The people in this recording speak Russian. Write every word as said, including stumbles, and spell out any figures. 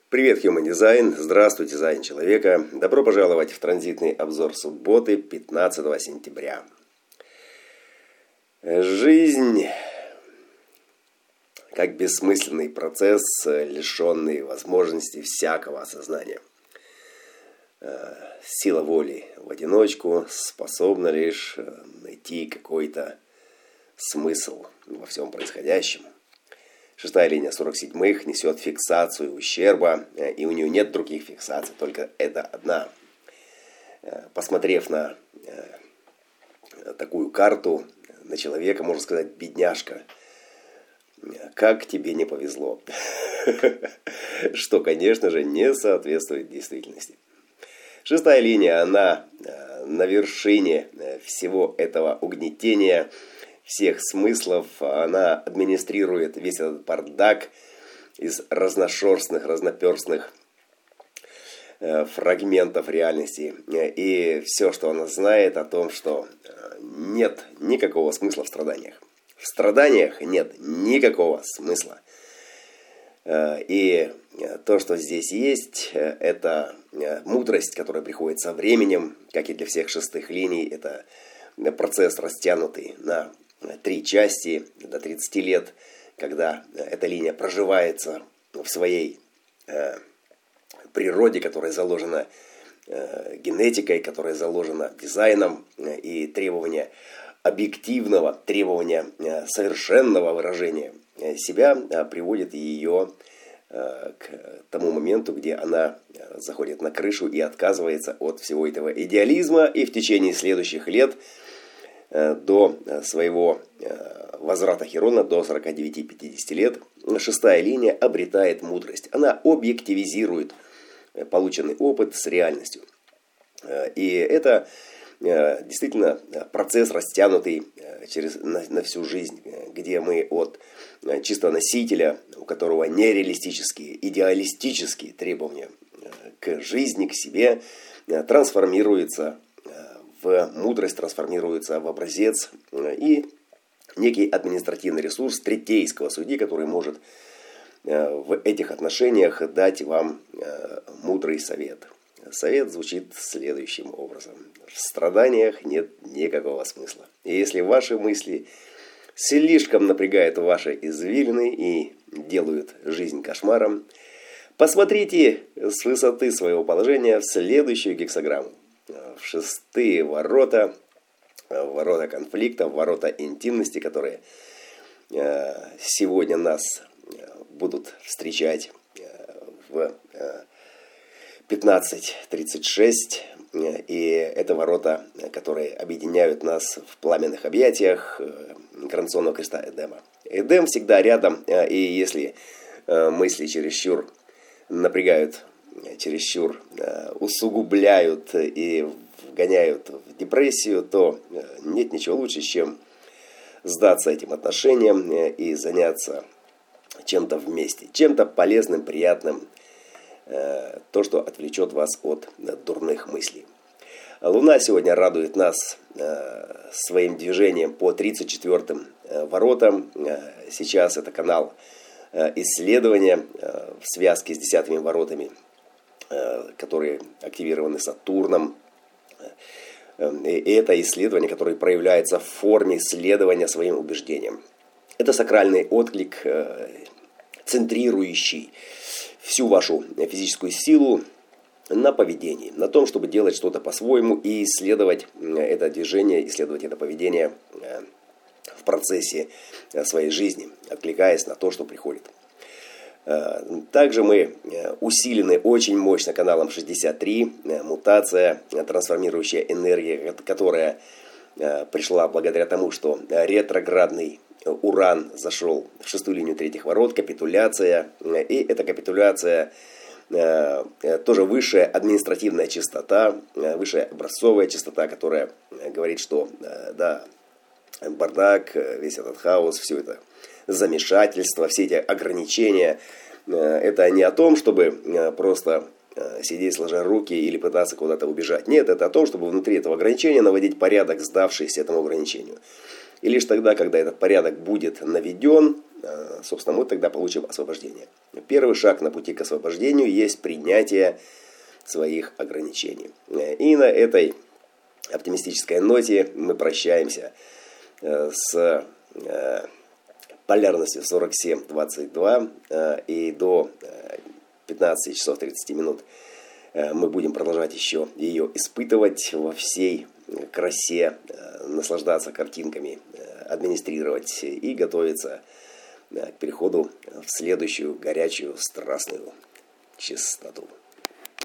Привет, Human Design! Здравствуйте, дизайн человека! Добро пожаловать в транзитный обзор субботы, пятнадцатого сентября. Жизнь как бессмысленный процесс, лишенный возможности всякого осознания. Сила воли в одиночку способна лишь найти какой-то смысл во всем происходящем. Шестая линия сорок седьмых несет фиксацию ущерба, и у нее нет других фиксаций, только это одна. Посмотрев на такую карту, на человека, можно сказать, бедняжка, как тебе не повезло. Что, конечно же, не соответствует действительности. Шестая линия, она на вершине всего этого угнетения, всех смыслов, она администрирует весь этот бардак из разношерстных, разноперстных фрагментов реальности. И все, что она знает о том, что нет никакого смысла в страданиях. В страданиях нет никакого смысла. И то, что здесь есть, это мудрость, которая приходит со временем, как и для всех шестых линий. Это процесс, растянутый на три части до тридцати лет, когда эта линия проживается в своей э, природе, которая заложена э, генетикой, которая заложена дизайном, э, и требования объективного, требования э, совершенного выражения э, себя э, приводит ее э, к тому моменту, где она э, заходит на крышу и отказывается от всего этого идеализма, и в течение следующих лет до своего возврата Хирона, до сорока девяти-пятидесяти лет, шестая линия обретает мудрость. Она объективизирует полученный опыт с реальностью. И это действительно процесс, растянутый через, на, на всю жизнь, где мы от чистого носителя, у которого нереалистические, идеалистические требования к жизни, к себе, трансформируется в мудрость, трансформируется в образец и некий административный ресурс третейского судьи, который может в этих отношениях дать вам мудрый совет. Совет звучит следующим образом. В страданиях нет никакого смысла. И если ваши мысли слишком напрягают ваши извилины и делают жизнь кошмаром, посмотрите с высоты своего положения в следующую гексаграмму. В шестые ворота, ворота конфликта, ворота интимности, которые сегодня нас будут встречать в пятнадцать тридцать шесть. И это ворота, которые объединяют нас в пламенных объятиях инкарнационного креста Эдема. Эдем всегда рядом, и если мысли чересчур напрягают, чересчур усугубляют и вгоняют в депрессию, то нет ничего лучше, чем сдаться этим отношениям и заняться чем-то вместе, чем-то полезным, приятным, то, что отвлечет вас от дурных мыслей. Луна сегодня радует нас своим движением по тридцать четвёртым воротам. Сейчас это канал исследования в связке с десятыми воротами, которые активированы Сатурном. И это исследование, которое проявляется в форме исследования своим убеждениям. Это сакральный отклик, центрирующий всю вашу физическую силу на поведении, на том, чтобы делать что-то по-своему и исследовать это движение, исследовать это поведение в процессе своей жизни, откликаясь на то, что приходит. Также мы усилены очень мощно каналом шестьдесят три, мутация, трансформирующая энергия, которая пришла благодаря тому, что ретроградный Уран зашел в шестую линию третьих ворот, капитуляция, и эта капитуляция тоже высшая административная частота, высшая образцовая частота, которая говорит, что да, бардак, весь этот хаос, все это замешательство, все эти ограничения, это не о том, чтобы просто сидеть сложа руки или пытаться куда-то убежать. Нет, это о том, чтобы внутри этого ограничения наводить порядок, сдавшийся этому ограничению. И лишь тогда, когда этот порядок будет наведен, собственно, мы тогда получим освобождение. Первый шаг на пути к освобождению есть принятие своих ограничений. И на этой оптимистической ноте мы прощаемся с полярностью сорок семь двадцать два, и до пятнадцати часов тридцати минут мы будем продолжать еще ее испытывать во всей красе, наслаждаться картинками, администрировать и готовиться к переходу в следующую горячую страстную частоту.